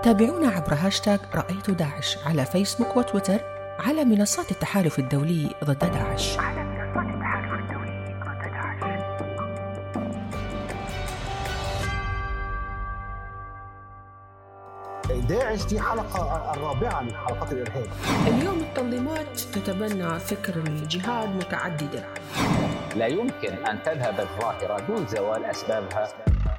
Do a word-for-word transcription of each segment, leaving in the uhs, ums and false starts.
تابعونا عبر هاشتاغ رأيت داعش على فيسبوك وتويتر على منصات التحالف الدولي ضد داعش. داعش دي حلقة الرابعة من حلقات الإرهاب. اليوم التنظيمات تتبنى فكر الجهاد متعددة. لا يمكن أن تذهب الظاهرة دون زوال أسبابها.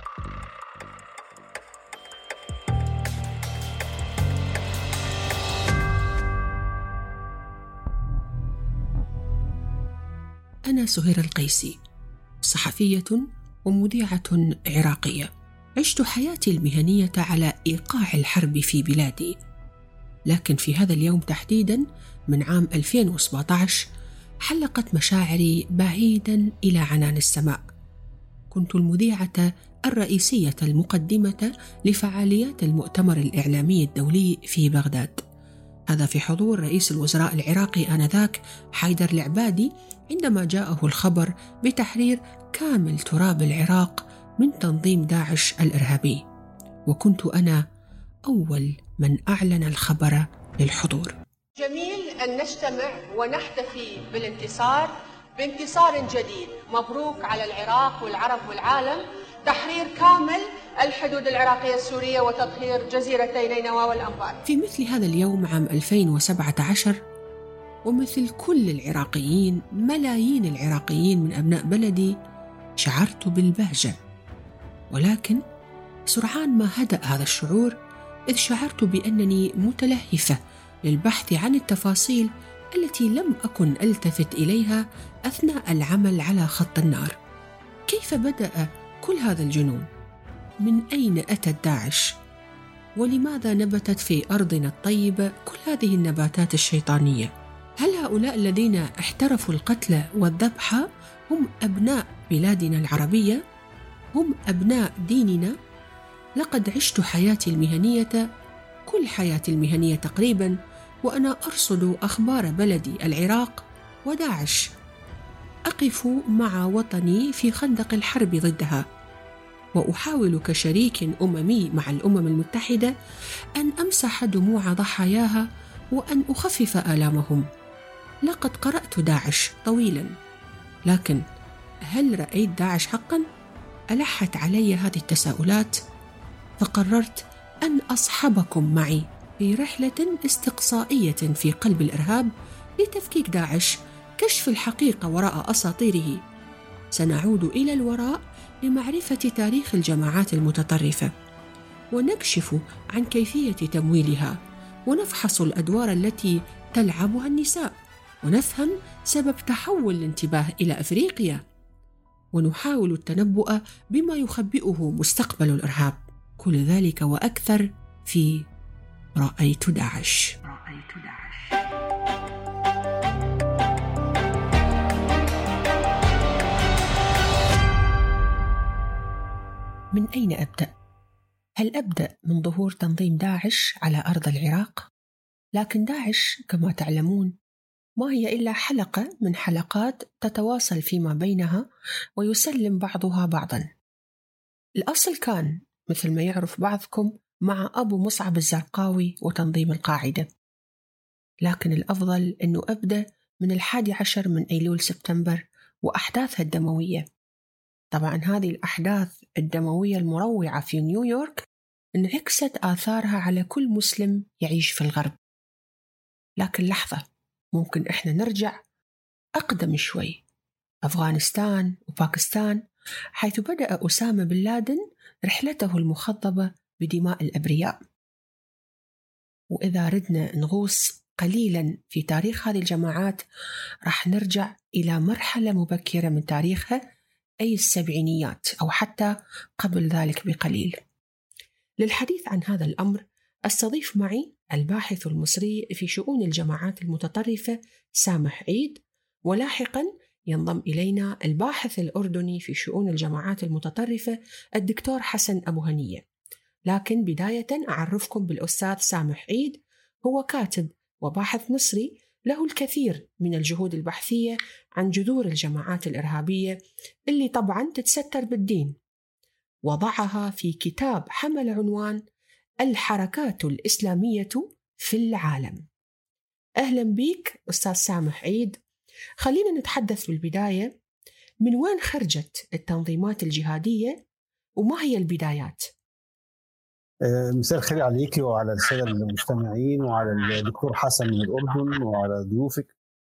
أنا سهير القيسي، صحفية ومذيعة عراقية. عشت حياتي المهنية على إيقاع الحرب في بلادي، لكن في هذا اليوم تحديدا من عام ألفين وسبعة عشر حلقت مشاعري بعيدا إلى عنان السماء. كنت المذيعة الرئيسية المقدمة لفعاليات المؤتمر الإعلامي الدولي في بغداد، هذا في حضور رئيس الوزراء العراقي آنذاك حيدر العبادي، عندما جاءه الخبر بتحرير كامل تراب العراق من تنظيم داعش الإرهابي، وكنت أنا أول من أعلن الخبر للحضور. جميل أن نجتمع ونحتفي بالانتصار بانتصار جديد. مبروك على العراق والعرب والعالم، تحرير كامل الحدود العراقية السورية وتطهير جزيرتي نينوى والأنبار. في مثل هذا اليوم عام ألفين وسبعة عشر، ومثل كل العراقيين ملايين العراقيين من أبناء بلدي، شعرت بالبهجة، ولكن سرعان ما هدأ هذا الشعور، إذ شعرت بأنني متلهفة للبحث عن التفاصيل التي لم أكن ألتفت إليها أثناء العمل على خط النار. كيف بدأ كل هذا الجنون؟ من أين أتت داعش؟ ولماذا نبتت في أرضنا الطيبة كل هذه النباتات الشيطانية؟ هل هؤلاء الذين احترفوا القتل والذبح هم أبناء بلادنا العربية؟ هم أبناء ديننا؟ لقد عشت حياتي المهنية، كل حياتي المهنية تقريبا، وأنا أرصد أخبار بلدي العراق وداعش، أقف مع وطني في خندق الحرب ضدها، وأحاول كشريك أممي مع الأمم المتحدة أن أمسح دموع ضحاياها وأن أخفف آلامهم. لقد قرأت داعش طويلا، لكن هل رأيت داعش حقا؟ ألحت علي هذه التساؤلات، فقررت أن أصحبكم معي في رحلة استقصائية في قلب الإرهاب لتفكيك داعش، كشف الحقيقة وراء أساطيره. سنعود إلى الوراء لمعرفة تاريخ الجماعات المتطرفة، ونكشف عن كيفية تمويلها، ونفحص الأدوار التي تلعبها النساء، ونفهم سبب تحول الانتباه إلى أفريقيا، ونحاول التنبؤ بما يخبئه مستقبل الإرهاب. كل ذلك وأكثر في رأيت داعش. رأيت داعش. من أين أبدأ؟ هل أبدأ من ظهور تنظيم داعش على أرض العراق؟ لكن داعش كما تعلمون ما هي إلا حلقة من حلقات تتواصل فيما بينها ويسلم بعضها بعضا. الأصل كان مثل ما يعرف بعضكم مع أبو مصعب الزرقاوي وتنظيم القاعدة، لكن الأفضل أنه أبدأ من الحادي عشر من أيلول سبتمبر وأحداثها الدموية. طبعا هذه الأحداث الدموية المروعة في نيويورك انعكست آثارها على كل مسلم يعيش في الغرب. لكن لحظة، ممكن إحنا نرجع أقدم شوي، أفغانستان وباكستان، حيث بدأ أسامة بن لادن رحلته المخضبة بدماء الأبرياء. وإذا ردنا نغوص قليلا في تاريخ هذه الجماعات، راح نرجع إلى مرحلة مبكرة من تاريخها، أي السبعينيات أو حتى قبل ذلك بقليل. للحديث عن هذا الأمر أستضيف معي الباحث المصري في شؤون الجماعات المتطرفة سامح عيد، ولاحقا ينضم إلينا الباحث الأردني في شؤون الجماعات المتطرفة الدكتور حسن أبو هنية. لكن بداية أعرفكم بالأستاذ سامح عيد. هو كاتب وباحث مصري له الكثير من الجهود البحثية عن جذور الجماعات الإرهابية اللي طبعا تتستر بالدين، وضعها في كتاب حمل عنوان الحركات الإسلامية في العالم. أهلا بك أستاذ سامح عيد. خلينا نتحدث بالبداية، من وين خرجت التنظيمات الجهادية وما هي البدايات؟ مساء الخير عليك وعلى السادة المستمعين وعلى الدكتور حسن من الأردن وعلى ضيوفك.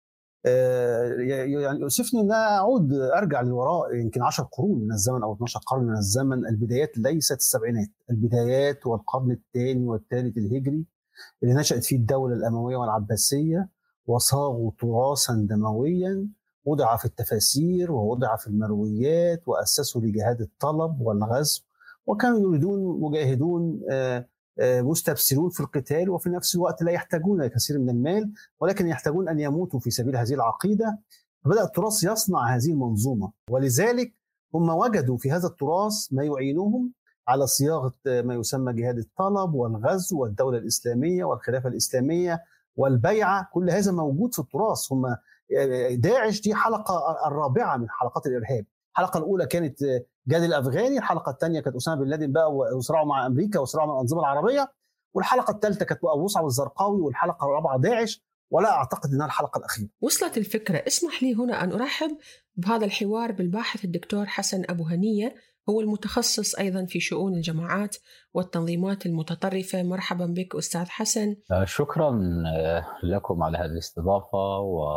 يعني يؤسفني أن أعود أرجع للوراء يمكن عشر قرون من الزمن أو اثناشر قرن من الزمن. البدايات ليست السبعينات، البدايات والقرن الثاني والثالث الهجري اللي نشأت فيه الدولة الأموية والعباسية، وصاغوا تراثا دمويا وضع في التفاسير ووضع في المرويات، وأسسوا لجهاد الطلب والغزو، وكانوا يريدون مجاهدون مستبصرون في القتال، وفي نفس الوقت لا يحتاجون كثير من المال ولكن يحتاجون أن يموتوا في سبيل هذه العقيدة. فبدأ التراث يصنع هذه المنظومة، ولذلك هم وجدوا في هذا التراث ما يعينهم على صياغة ما يسمى جهاد الطلب والغزو والدولة الإسلامية والخلافة الإسلامية والبيعة. كل هذا موجود في التراث. هم داعش دي حلقة الرابعة من حلقات الإرهاب. الحلقة الأولى كانت جهاد الأفغاني، الحلقة الثانية كانت أسامة بن لادن بقى وصراعه مع أمريكا وصراعه مع الأنظمة العربية، والحلقة الثالثة كانت أبو مصعب الزرقاوي، والحلقة الرابعة داعش، ولا أعتقد أنها الحلقة الأخيرة. وصلت الفكرة. اسمح لي هنا أن أرحب بهذا الحوار بالباحث الدكتور حسن أبو هنية، هو المتخصص أيضا في شؤون الجماعات والتنظيمات المتطرفة. مرحبا بك أستاذ حسن. شكرا لكم على هذه الاستضافة،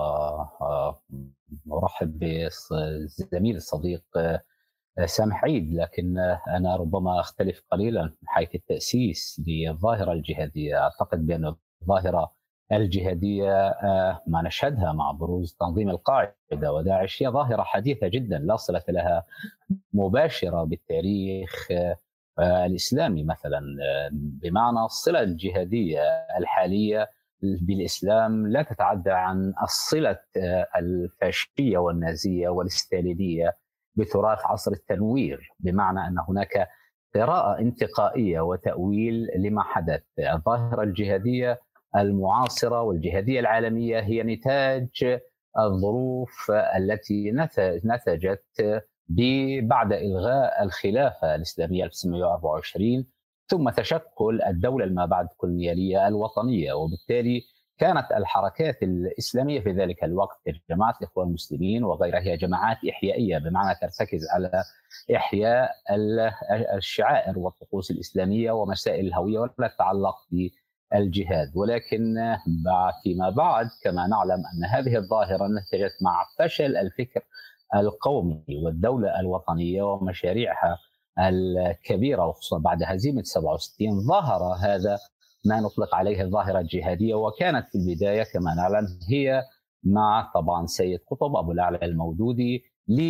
وأرحب بالزميل الصديق سامح عيد. لكن أنا ربما أختلف قليلا من حيث التأسيس للظاهرة الجهادية. أعتقد بأن الظاهرة الجهادية ما نشهدها مع بروز تنظيم القاعدة وداعش هي ظاهرة حديثة جدا، لا صلة لها مباشرة بالتاريخ الإسلامي مثلا، بمعنى الصلة الجهادية الحالية بالإسلام لا تتعدى عن الصلة الفاشية والنازية والاستالينية بتراث عصر التنوير، بمعنى أن هناك قراءة انتقائية وتأويل لما حدث. الظاهرة الجهادية المعاصرة والجهادية العالمية هي نتاج الظروف التي نتجت بعد إلغاء الخلافة الإسلامية ألف وتسعمائة وأربعة وعشرين ثم تشكل الدولة ما بعد الكولونيالية الوطنية، وبالتالي كانت الحركات الإسلامية في ذلك الوقت جماعة الإخوان المسلمين وغيرها هي جماعات إحيائية، بمعنى ترتكز على إحياء الشعائر والطقوس الإسلامية ومسائل الهوية ولا تتعلق بالجهاد. ولكن فيما بعد كما نعلم أن هذه الظاهرة نتجت مع فشل الفكر القومي والدولة الوطنية ومشاريعها الكبيرة، وخصوصا بعد هزيمة سبعة وستين ظهر هذا ما نطلق عليه الظاهرة الجهادية. وكانت في البداية كما نعلم هي مع طبعا سيد قطب أبو الأعلى المودودي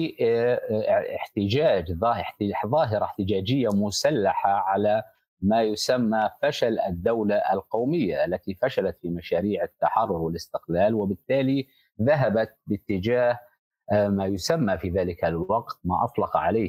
لاحتجاج ظاهرة احتجاجية مسلحة على ما يسمى فشل الدولة القومية التي فشلت في مشاريع التحرر والاستقلال، وبالتالي ذهبت باتجاه ما يسمى في ذلك الوقت ما أطلق عليه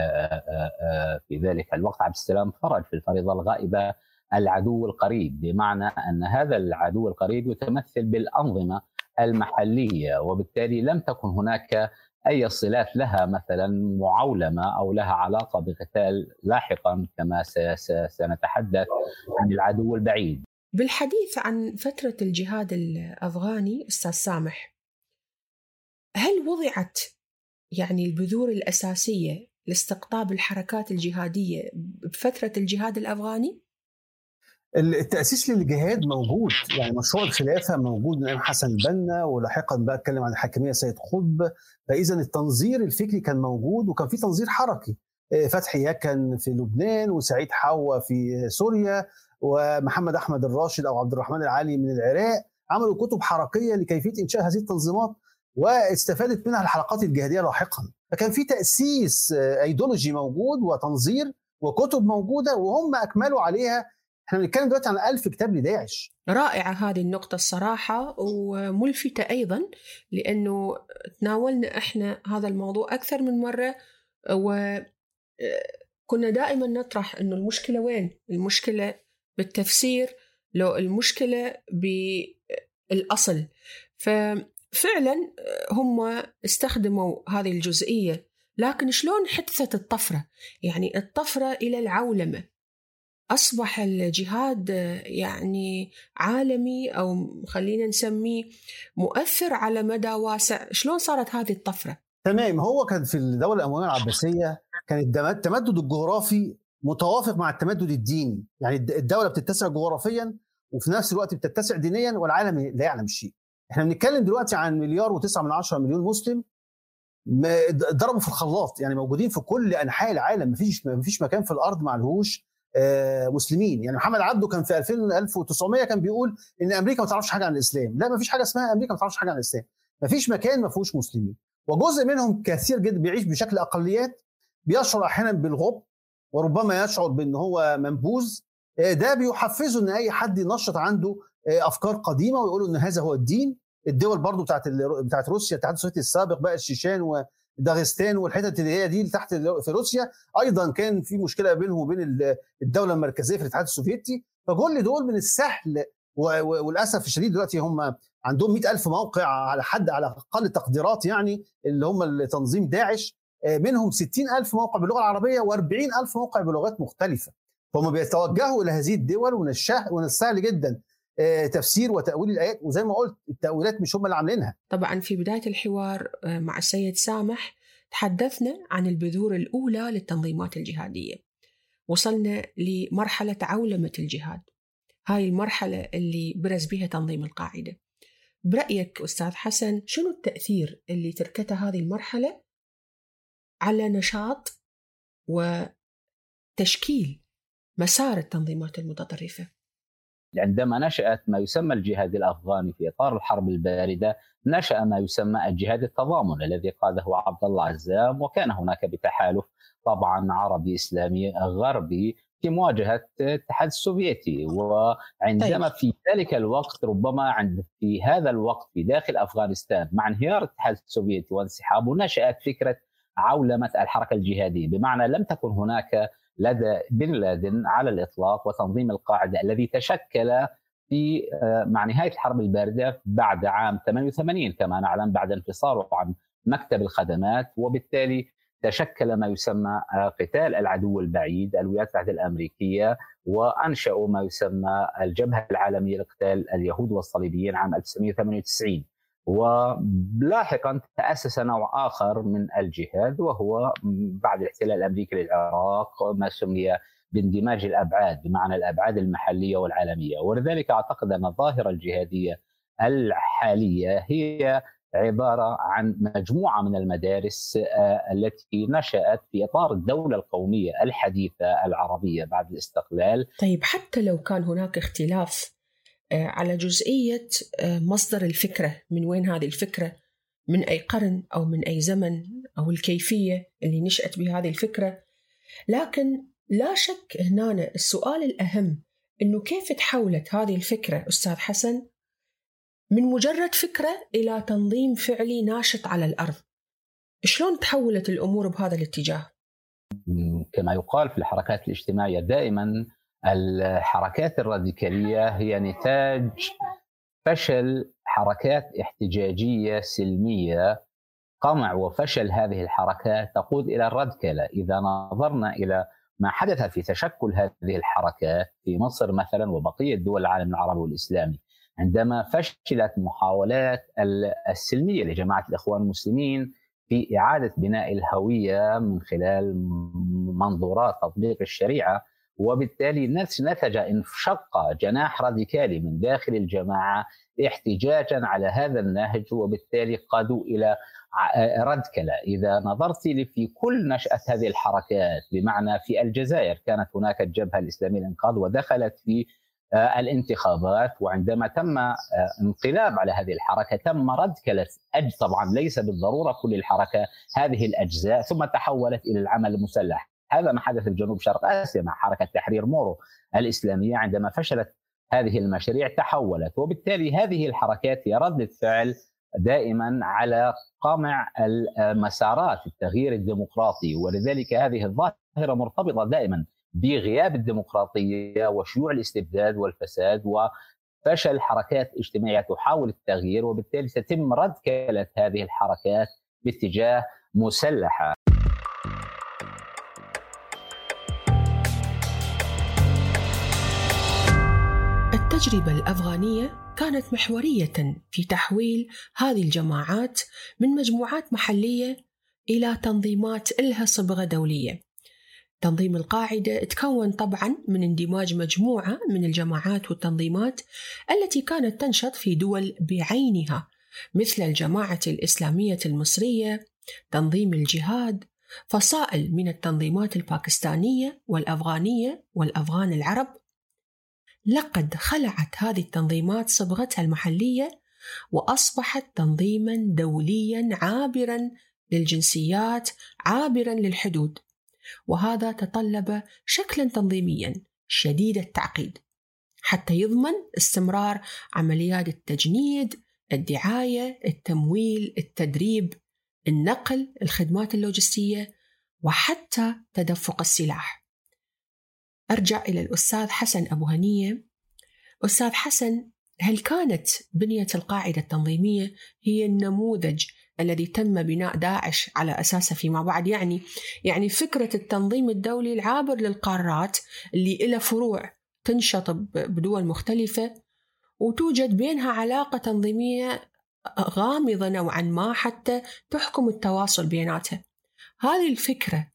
في ذلك الوقت عبد السلام فرج في الفريضة الغائبة العدو القريب، بمعنى أن هذا العدو القريب يتمثل بالأنظمة المحلية، وبالتالي لم تكن هناك أي صلات لها مثلا معولمة أو لها علاقة بقتال لاحقا كما سنتحدث عن العدو البعيد. بالحديث عن فترة الجهاد الأفغاني أستاذ سامح، هل وضعت يعني البذور الأساسية لاستقطاب الحركات الجهادية بفترة الجهاد الأفغاني؟ التأسيس للجهاد موجود، يعني مشروع الخلافة موجود من أيام حسن البنا، ولاحقا بقى اتكلم عن الحاكمية سيد قطب. فإذا التنظير الفكري كان موجود، وكان في تنظير حركي. فتحي يكن في لبنان، وسعيد حوا في سوريا، ومحمد أحمد الراشد أو عبد الرحمن العالي من العراق عملوا كتب حركية لكيفية إنشاء هذه التنظيمات، واستفادت منها الحلقات الجهادية لاحقا. فكان في تأسيس أيديولوجي موجود وتنظير وكتب موجودة، وهم أكملوا عليها. احنا بنتكلم دلوقتي عن ألف كتاب لداعش. رائعة هذه النقطة الصراحة، وملفتة أيضا، لأنه تناولنا احنا هذا الموضوع أكثر من مرة، وكنا دائما نطرح أنه المشكلة وين؟ المشكلة بالتفسير، لو المشكلة بالأصل. ففعلا هم استخدموا هذه الجزئية، لكن شلون حدثت الطفرة؟ يعني الطفرة إلى العولمة. أصبح الجهاد يعني عالمي، أو خلينا نسميه مؤثر على مدى واسع. شلون صارت هذه الطفرة؟ تمام. هو كان في الدولة الأموية العباسية كان التمدد الجغرافي متوافق مع التمدد الديني، يعني الدولة بتتسع جغرافيا وفي نفس الوقت بتتسع دينيا، والعالم لا يعلم شيء. احنا بنتكلم دلوقتي عن مليار وتسعة من عشرة مليون مسلم ضربوا في الخلاط، يعني موجودين في كل أنحاء العالم. مفيش مفيش مكان في الأرض معلهوش مسلمين. يعني محمد عبده كان في ألف وتسعمية كان بيقول ان امريكا ما تعرفش حاجه عن الاسلام. لا، ما فيش حاجه اسمها امريكا ما تعرفش حاجه عن الاسلام. ما فيش مكان ما فيهوش مسلمين، وجزء منهم كثير جدا بيعيش بشكل اقليات، بيشعر احيانا بالغب وربما يشعر بان هو منبوذ. ده بيحفزه ان اي حد ينشط عنده افكار قديمه ويقولوا ان هذا هو الدين. الدول برضو بتاعت بتاعت روسيا، الاتحاد السوفيتي السابق بقى، الشيشان و داغستان والحتت اللي هي دي اللي تحت في روسيا، ايضا كان في مشكله بينهم وبين الدوله المركزيه في الاتحاد السوفيتي. فكل دول من السهل وللاسف الشديد دلوقتي هم عندهم مئة ألف موقع على حد على اقل تقديرات، يعني اللي هم تنظيم داعش، منهم ستين ألف موقع باللغه العربيه وأربعين ألف موقع بلغات مختلفه. فهم بيتوجهوا الى هذه الدول، ومن السهل جدا تفسير وتأويل الآيات، وزي ما قلت التأويلات مش هم اللي عاملينها. طبعا في بداية الحوار مع السيد سامح تحدثنا عن البذور الأولى للتنظيمات الجهادية، وصلنا لمرحلة عولمة الجهاد، هاي المرحلة اللي برز بها تنظيم القاعدة. برأيك أستاذ حسن، شنو التأثير اللي تركته هذه المرحلة على نشاط وتشكيل مسار التنظيمات المتطرفة؟ عندما نشأت ما يسمى الجهاد الأفغاني في إطار الحرب الباردة، نشأ ما يسمى الجهاد التضامن الذي قاده عبد الله عزام، وكان هناك بتحالف طبعا عربي إسلامي غربي في مواجهة الاتحاد السوفيتي. وعندما في ذلك الوقت، ربما عند في هذا الوقت في داخل أفغانستان مع انهيار الاتحاد السوفيتي وانسحابه، نشأت فكرة عولمة الحركة الجهادية، بمعنى لم تكن هناك لدى بن لادن على الإطلاق وتنظيم القاعدة الذي تشكل في مع نهاية الحرب الباردة بعد عام ثمانية وثمانين كما نعلم، بعد انفصاله عن مكتب الخدمات، وبالتالي تشكل ما يسمى قتال العدو البعيد الولايات المتحدة الأمريكية، وأنشأوا ما يسمى الجبهة العالمية لقتال اليهود والصليبيين عام ألف وتسعمائة وثمانية وتسعين. ولاحقا تأسس نوع آخر من الجهاد، وهو بعد الاحتلال الأمريكي للعراق ما سمي باندماج الأبعاد، بمعنى الأبعاد المحلية والعالمية. ولذلك أعتقد أن الظاهرة الجهادية الحالية هي عبارة عن مجموعة من المدارس التي نشأت في إطار الدولة القومية الحديثة العربية بعد الاستقلال. طيب، حتى لو كان هناك اختلاف على جزئية مصدر الفكرة، من وين هذه الفكرة، من أي قرن أو من أي زمن، أو الكيفية اللي نشأت بها هذه الفكرة، لكن لا شك هنا السؤال الأهم إنه كيف تحولت هذه الفكرة أستاذ حسن من مجرد فكرة إلى تنظيم فعلي ناشط على الأرض؟ شلون تحولت الأمور بهذا الاتجاه؟ كما يقال في الحركات الاجتماعية دائما، الحركات الراديكالية هي نتاج فشل حركات احتجاجية سلمية. قمع وفشل هذه الحركات تقود إلى الراديكالة. إذا نظرنا إلى ما حدث في تشكل هذه الحركات في مصر مثلا وبقية دول العالم العربي والإسلامي، عندما فشلت محاولات السلمية لجماعة الإخوان المسلمين في إعادة بناء الهوية من خلال منظورات تطبيق الشريعة، وبالتالي نتج انشق جناح راديكالي من داخل الجماعة احتجاجا على هذا النهج، وبالتالي قادوا إلى راديكالة. إذا نظرت في كل نشأة هذه الحركات، بمعنى في الجزائر كانت هناك الجبهة الإسلامية للإنقاذ ودخلت في الانتخابات، وعندما تم انقلاب على هذه الحركة تم راديكالة أج طبعا ليس بالضرورة كل الحركة هذه الأجزاء، ثم تحولت إلى العمل المسلح. هذا ما حدث في جنوب شرق آسيا مع حركة تحرير مورو الإسلامية، عندما فشلت هذه المشاريع تحولت. وبالتالي هذه الحركات هي ردة فعل دائما على قمع المسارات التغيير الديمقراطي، ولذلك هذه الظاهرة مرتبطة دائما بغياب الديمقراطية وشيوع الاستبداد والفساد وفشل حركات اجتماعية تحاول التغيير، وبالتالي تتم راديكالة هذه الحركات باتجاه مسلحة. التجربة الأفغانية كانت محورية في تحويل هذه الجماعات من مجموعات محلية إلى تنظيمات إلها صبغة دولية. تنظيم القاعدة تكون طبعاً من اندماج مجموعة من الجماعات والتنظيمات التي كانت تنشط في دول بعينها، مثل الجماعة الإسلامية المصرية، تنظيم الجهاد، فصائل من التنظيمات الباكستانية والأفغانية والأفغان العرب. لقد خلعت هذه التنظيمات صبغتها المحلية وأصبحت تنظيماً دولياً عابراً للجنسيات، عابراً للحدود، وهذا تطلب شكلاً تنظيمياً شديد التعقيد حتى يضمن استمرار عمليات التجنيد، الدعاية، التمويل، التدريب، النقل، الخدمات اللوجستية، وحتى تدفق السلاح. أرجع إلى الأستاذ حسن أبو هنية. أستاذ حسن، هل كانت بنية القاعدة التنظيمية هي النموذج الذي تم بناء داعش على أساسه فيما بعد؟ يعني يعني فكرة التنظيم الدولي العابر للقارات اللي إلى فروع تنشط بدول مختلفة وتوجد بينها علاقة تنظيمية غامضة نوعا ما حتى تحكم التواصل بيناتها. هذه الفكرة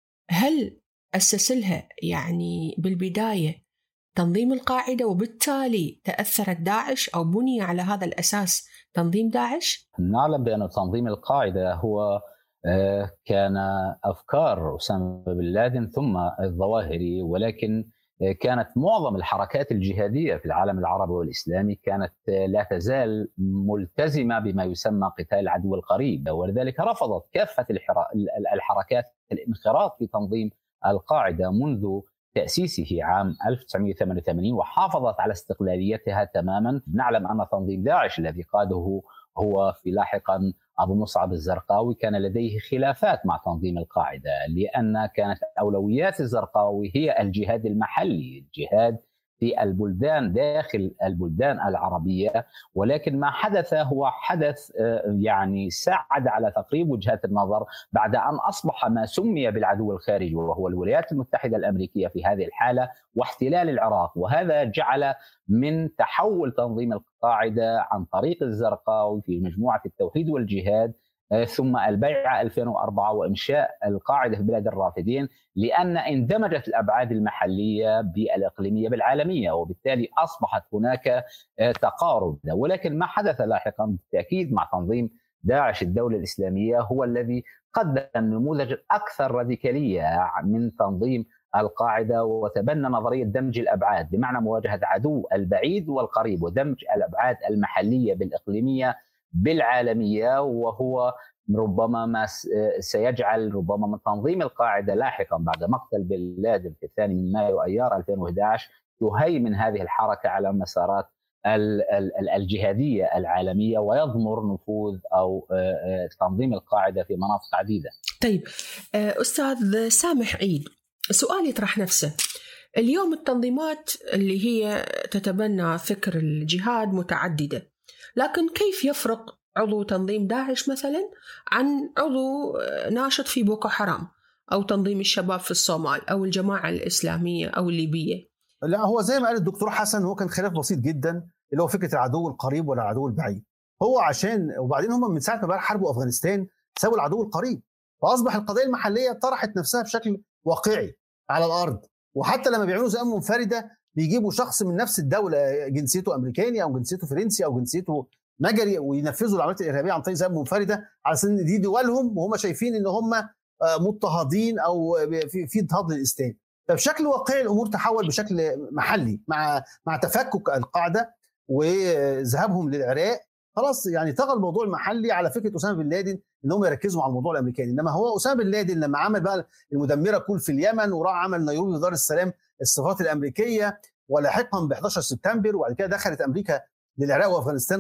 هل أسس لها يعني بالبداية تنظيم القاعدة وبالتالي تأثرت داعش أو بني على هذا الأساس تنظيم داعش؟ نعلم بأن تنظيم القاعدة هو كان أفكار أسامة بن لادن ثم الظواهري، ولكن كانت معظم الحركات الجهادية في العالم العربي والإسلامي كانت لا تزال ملتزمة بما يسمى قتال العدو القريب، ولذلك رفضت كافة الحركات الانخراط في تنظيم القاعدة منذ تأسيسه عام ألف وتسعمائة وثمانية وثمانين، وحافظت على استقلاليتها تماما. نعلم أن تنظيم داعش الذي قاده هو في لاحقا أبو مصعب الزرقاوي كان لديه خلافات مع تنظيم القاعدة، لأن كانت أولويات الزرقاوي هي الجهاد المحلي، الجهاد في البلدان داخل البلدان العربية. ولكن ما حدث هو حدث يعني ساعد على تقريب وجهات النظر بعد أن أصبح ما سمي بالعدو الخارجي وهو الولايات المتحدة الأمريكية في هذه الحالة واحتلال العراق، وهذا جعل من تحول تنظيم القاعدة عن طريق الزرقاوي في مجموعة التوحيد والجهاد ثم البيعة ألفين وأربعة وإنشاء القاعدة في بلاد الرافدين، لأن اندمجت الأبعاد المحلية بالإقليمية بالعالمية، وبالتالي أصبحت هناك تقارب. ولكن ما حدث لاحقا بالتأكيد مع تنظيم داعش الدولة الإسلامية هو الذي قدم نموذج أكثر راديكالية من تنظيم القاعدة، وتبنى نظرية دمج الأبعاد بمعنى مواجهة عدو البعيد والقريب ودمج الأبعاد المحلية بالإقليمية بالعالمية، وهو ربما ما سيجعل ربما من تنظيم القاعدة لاحقا بعد مقتل بن لادن في الثاني من مايو أيار ألفين وأحد عشر يهيمن هذه الحركة على مسارات الجهادية العالمية ويضمر نفوذ أو تنظيم القاعدة في مناطق عديدة. طيب أستاذ سامح عيد، سؤال يطرح نفسه. اليوم التنظيمات اللي هي تتبنى فكر الجهاد متعددة، لكن كيف يفرق عضو تنظيم داعش مثلا عن عضو ناشط في بوكو حرام أو تنظيم الشباب في الصومال أو الجماعة الإسلامية أو الليبية؟ لا، هو زي ما قال الدكتور حسن، هو كان خلاف بسيط جدا اللي هو فكرة العدو القريب ولا العدو البعيد. هو عشان وبعدين هم من ساعة ما بقى حربوا أفغانستان سابوا العدو القريب، فأصبح القضية المحلية طرحت نفسها بشكل واقعي على الأرض. وحتى لما بيعملوا زي منفردة بيجيبوا شخص من نفس الدولة جنسيته أمريكاني أو جنسيته فرنسي أو جنسيته مجري وينفذوا العمليات الإرهابية عن طريق زي منفردة على سن دي دولهم، وهم شايفين إن هم مضطهدين أو في في اضطهاد للإسلام. فبشكل واقعي الأمور تحول بشكل محلي مع مع تفكك القاعدة وذهابهم للعراق. خلاص يعني طغى الموضوع المحلي على فكرة أسامة بن لادن إن هم يركزوا على الموضوع الأمريكاني. إنما هو أسامة بن لادن لما عمل بقى المدمرة كول في اليمن وراح عمل نيروبي ودار السلام الصفات الأمريكية، ولاحقا ب إحدى عشر سبتمبر، وبعد كده دخلت أمريكا للعراق وأفغانستان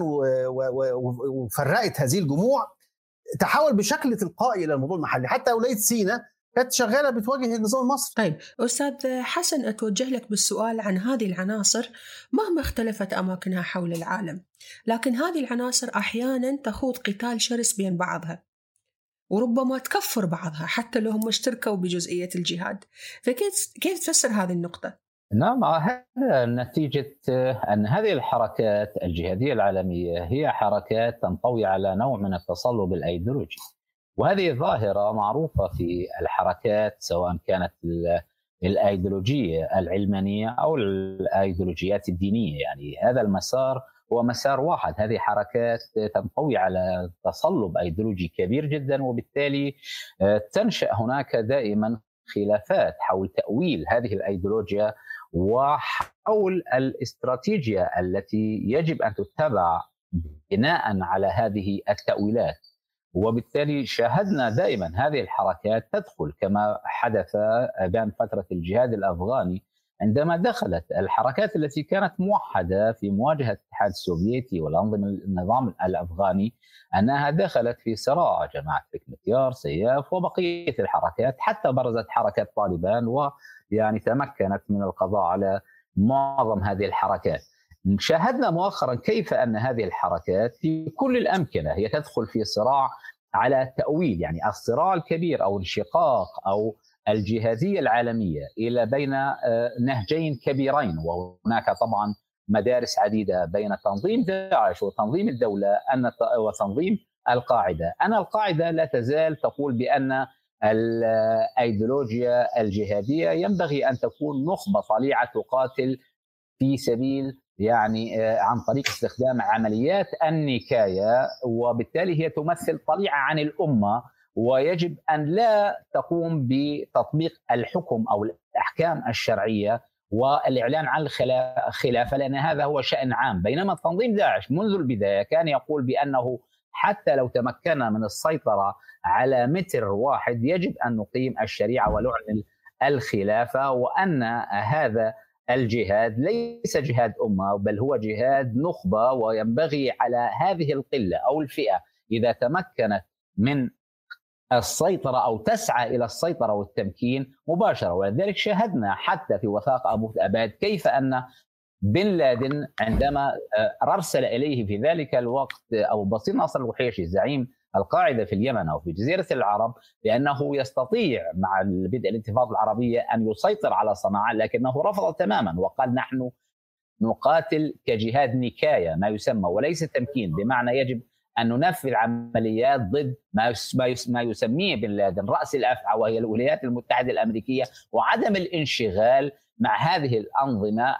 وفرقت هذه الجموع، تحول بشكل تلقائي إلى الموضوع المحلي. حتى ولاية سيناء كانت شغالة بتواجه النظام المصري. طيب أستاذ حسن، أتوجه لك بالسؤال عن هذه العناصر مهما اختلفت أماكنها حول العالم، لكن هذه العناصر أحيانا تخوض قتال شرس بين بعضها وربما تكفر بعضها حتى لو هم اشتركوا بجزئية الجهاد. فكيف كيف تفسر هذه النقطة؟ نعم، هذا نتيجة أن هذه الحركات الجهادية العالمية هي حركات تنطوي على نوع من التصلب الأيديولوجي، وهذه ظاهرة معروفة في الحركات سواء كانت الأيديولوجية العلمانية أو الأيديولوجيات الدينية. يعني هذا المسار هو مسار واحد، هذه حركات تنطوي على تصلب أيديولوجي كبير جدا، وبالتالي تنشأ هناك دائما خلافات حول تأويل هذه الأيديولوجيا وحول الاستراتيجية التي يجب أن تتبع بناء على هذه التأويلات. وبالتالي شاهدنا دائما هذه الحركات تدخل كما حدث بين فترة الجهاد الأفغاني، عندما دخلت الحركات التي كانت موحدة في مواجهة الاتحاد السوفيتي والأنظمة النظام الأفغاني أنها دخلت في صراع. جماعة حكمتيار، سياف وبقية الحركات، حتى برزت حركة طالبان ويعني تمكنت من القضاء على معظم هذه الحركات. شاهدنا مؤخرا كيف أن هذه الحركات في كل الأمكنة هي تدخل في صراع على التأويل، يعني الصراع الكبير أو الانشقاق أو الجهادية العالمية إلى بين نهجين كبيرين، وهناك طبعا مدارس عديدة بين تنظيم داعش وتنظيم الدولة وتنظيم القاعدة. أن القاعدة لا تزال تقول بأن الأيديولوجيا الجهادية ينبغي أن تكون نخبة طليعة تقاتل في سبيل يعني عن طريق استخدام عمليات النكاية، وبالتالي هي تمثل طليعة عن الأمة، ويجب أن لا تقوم بتطبيق الحكم أو الأحكام الشرعية والإعلان عن الخلافة، لأن هذا هو شأن عام. بينما تنظيم داعش منذ البداية كان يقول بأنه حتى لو تمكن من السيطرة على متر واحد يجب أن نقيم الشريعة ونعلن الخلافة، وأن هذا الجهاد ليس جهاد أمة بل هو جهاد نخبة، وينبغي على هذه القلة أو الفئة إذا تمكنت من السيطرة أو تسعى إلى السيطرة والتمكين مباشرة. ولذلك شاهدنا حتى في وثائق أبو أباد كيف أن بن لادن عندما أرسل إليه في ذلك الوقت أبو بصير ناصر الوحيشي زعيم القاعدة في اليمن أو في جزيرة العرب بأنه يستطيع مع بدء الانتفاضة العربية أن يسيطر على صنعاء، لكنه رفض تماما وقال نحن نقاتل كجهاد نكاية ما يسمى وليس تمكين، بمعنى يجب أن ننفذ عمليات ضد ما يسميه بن لادن رأس الأفعى وهي الولايات المتحدة الأمريكية، وعدم الانشغال مع هذه الأنظمة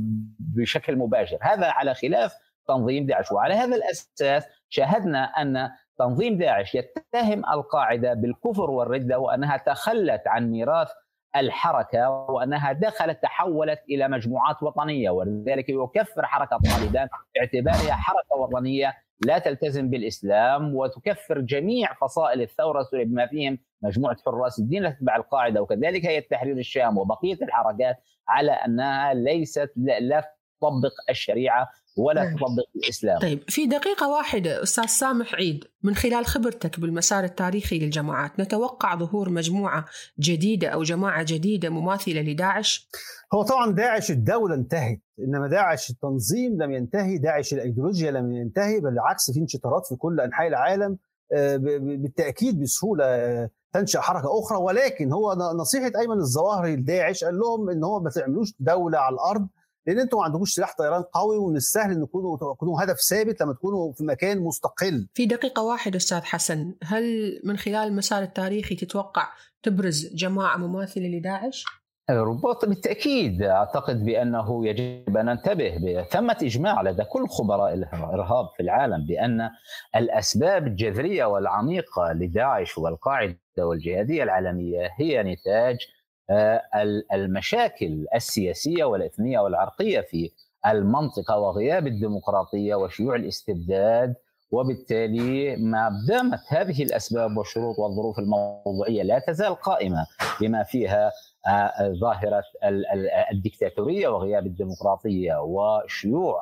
بشكل مباشر. هذا على خلاف تنظيم داعش. وعلى هذا الأساس شاهدنا أن تنظيم داعش يتهم القاعدة بالكفر والردة، وأنها تخلت عن ميراث الحركة، وأنها دخلت تحولت إلى مجموعات وطنية، ولذلك يكفر حركة طالبان باعتبارها حركة وطنية لا تلتزم بالإسلام، وتكفر جميع فصائل الثورة السورية بما فيهم مجموعة حراس الدين تتبع القاعدة، وكذلك هي تحرير الشام وبقية الحركات، على أنها ليست لا تطبق الشريعة ولا تطبق الإسلام. طيب، في دقيقة واحدة أستاذ سامح عيد، من خلال خبرتك بالمسار التاريخي للجماعات، نتوقع ظهور مجموعة جديدة أو جماعة جديدة مماثلة لداعش؟ هو طبعا داعش الدولة انتهت، إنما داعش التنظيم لم ينتهي، داعش الأيديولوجيا لم ينتهي، بالعكس في انشطارات في كل أنحاء العالم بالتأكيد بسهولة تنشأ حركة أخرى. ولكن هو نصيحة أيمن الظواهري لداعش قال لهم إن هو ما تعملوش دولة على الأرض، لأن أنتم ما عندكوش سلاح طيران قوي، ومن السهل أن تكونوا تكونوا هدف ثابت لما تكونوا في مكان مستقل. في دقيقة واحدة أستاذ حسن، هل من خلال المسار التاريخي تتوقع تبرز جماعة مماثلة لداعش؟ ربما بالتأكيد أعتقد بأنه يجب أن ننتبه. ثمة إجماع لدى كل خبراء الإرهاب في العالم بأن الأسباب الجذرية والعميقة لداعش والقاعدة والجهادية العالمية هي نتاج المشاكل السياسية والإثنية والعرقية في المنطقة، وغياب الديمقراطية وشيوع الاستبداد. وبالتالي ما دامت هذه الأسباب والشروط والظروف الموضوعية لا تزال قائمة بما فيها ظاهرة الدكتاتورية وغياب الديمقراطية وشيوع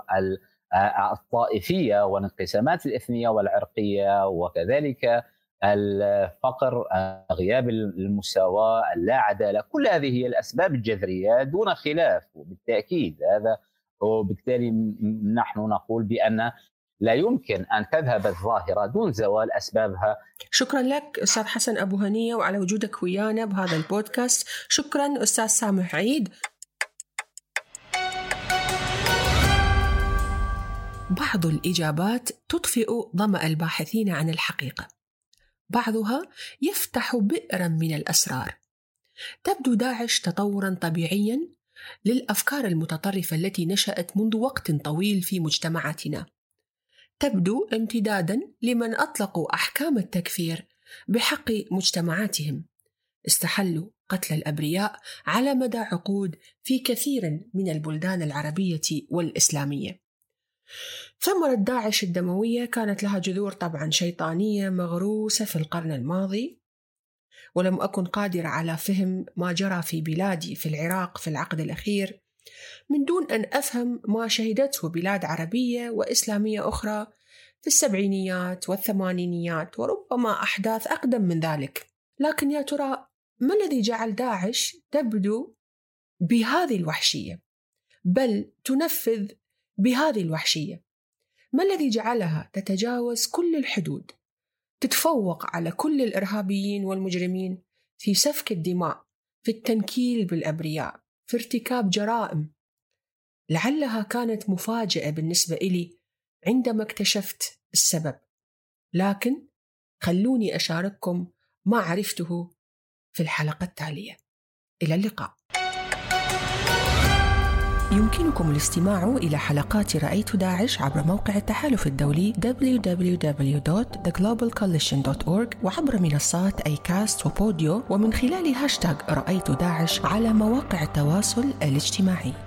الطائفية والانقسامات الإثنية والعرقية، وكذلك الفقر، غياب المساواة، اللا عدالة، كل هذه هي الأسباب الجذرية دون خلاف وبالتأكيد هذا. وبالتالي نحن نقول بأن لا يمكن أن تذهب الظاهرة دون زوال أسبابها. شكرا لك أستاذ حسن أبو هنية وعلى وجودك ويانا بهذا البودكاست. شكرا أستاذ سامح عيد. بعض الإجابات تطفئ ظمأ الباحثين عن الحقيقة، بعضها يفتح بئرا من الأسرار. تبدو داعش تطورا طبيعيا للأفكار المتطرفة التي نشأت منذ وقت طويل في مجتمعاتنا، تبدو امتدادا لمن أطلقوا أحكام التكفير بحق مجتمعاتهم، استحلوا قتل الأبرياء على مدى عقود في كثير من البلدان العربية والإسلامية. ثمرة داعش الدموية كانت لها جذور طبعا شيطانية مغروسة في القرن الماضي، ولم أكن قادرة على فهم ما جرى في بلادي في العراق في العقد الأخير من دون أن أفهم ما شهدته بلاد عربية وإسلامية أخرى في السبعينيات والثمانينيات وربما أحداث أقدم من ذلك. لكن يا ترى ما الذي جعل داعش تبدو بهذه الوحشية، بل تنفذ بهذه الوحشية؟ ما الذي جعلها تتجاوز كل الحدود، تتفوق على كل الإرهابيين والمجرمين في سفك الدماء، في التنكيل بالأبرياء، في ارتكاب جرائم؟ لعلها كانت مفاجأة بالنسبة إلي عندما اكتشفت السبب، لكن خلوني أشارككم ما عرفته في الحلقة التالية. إلى اللقاء. يمكنكم الاستماع إلى حلقات رأيت داعش عبر موقع التحالف الدولي دبليو دبليو دبليو دوت ذا جلوبال كوليشن دوت أورج وعبر منصات أي كاست وبوديو، ومن خلال هاشتاغ رأيت داعش على مواقع التواصل الاجتماعي.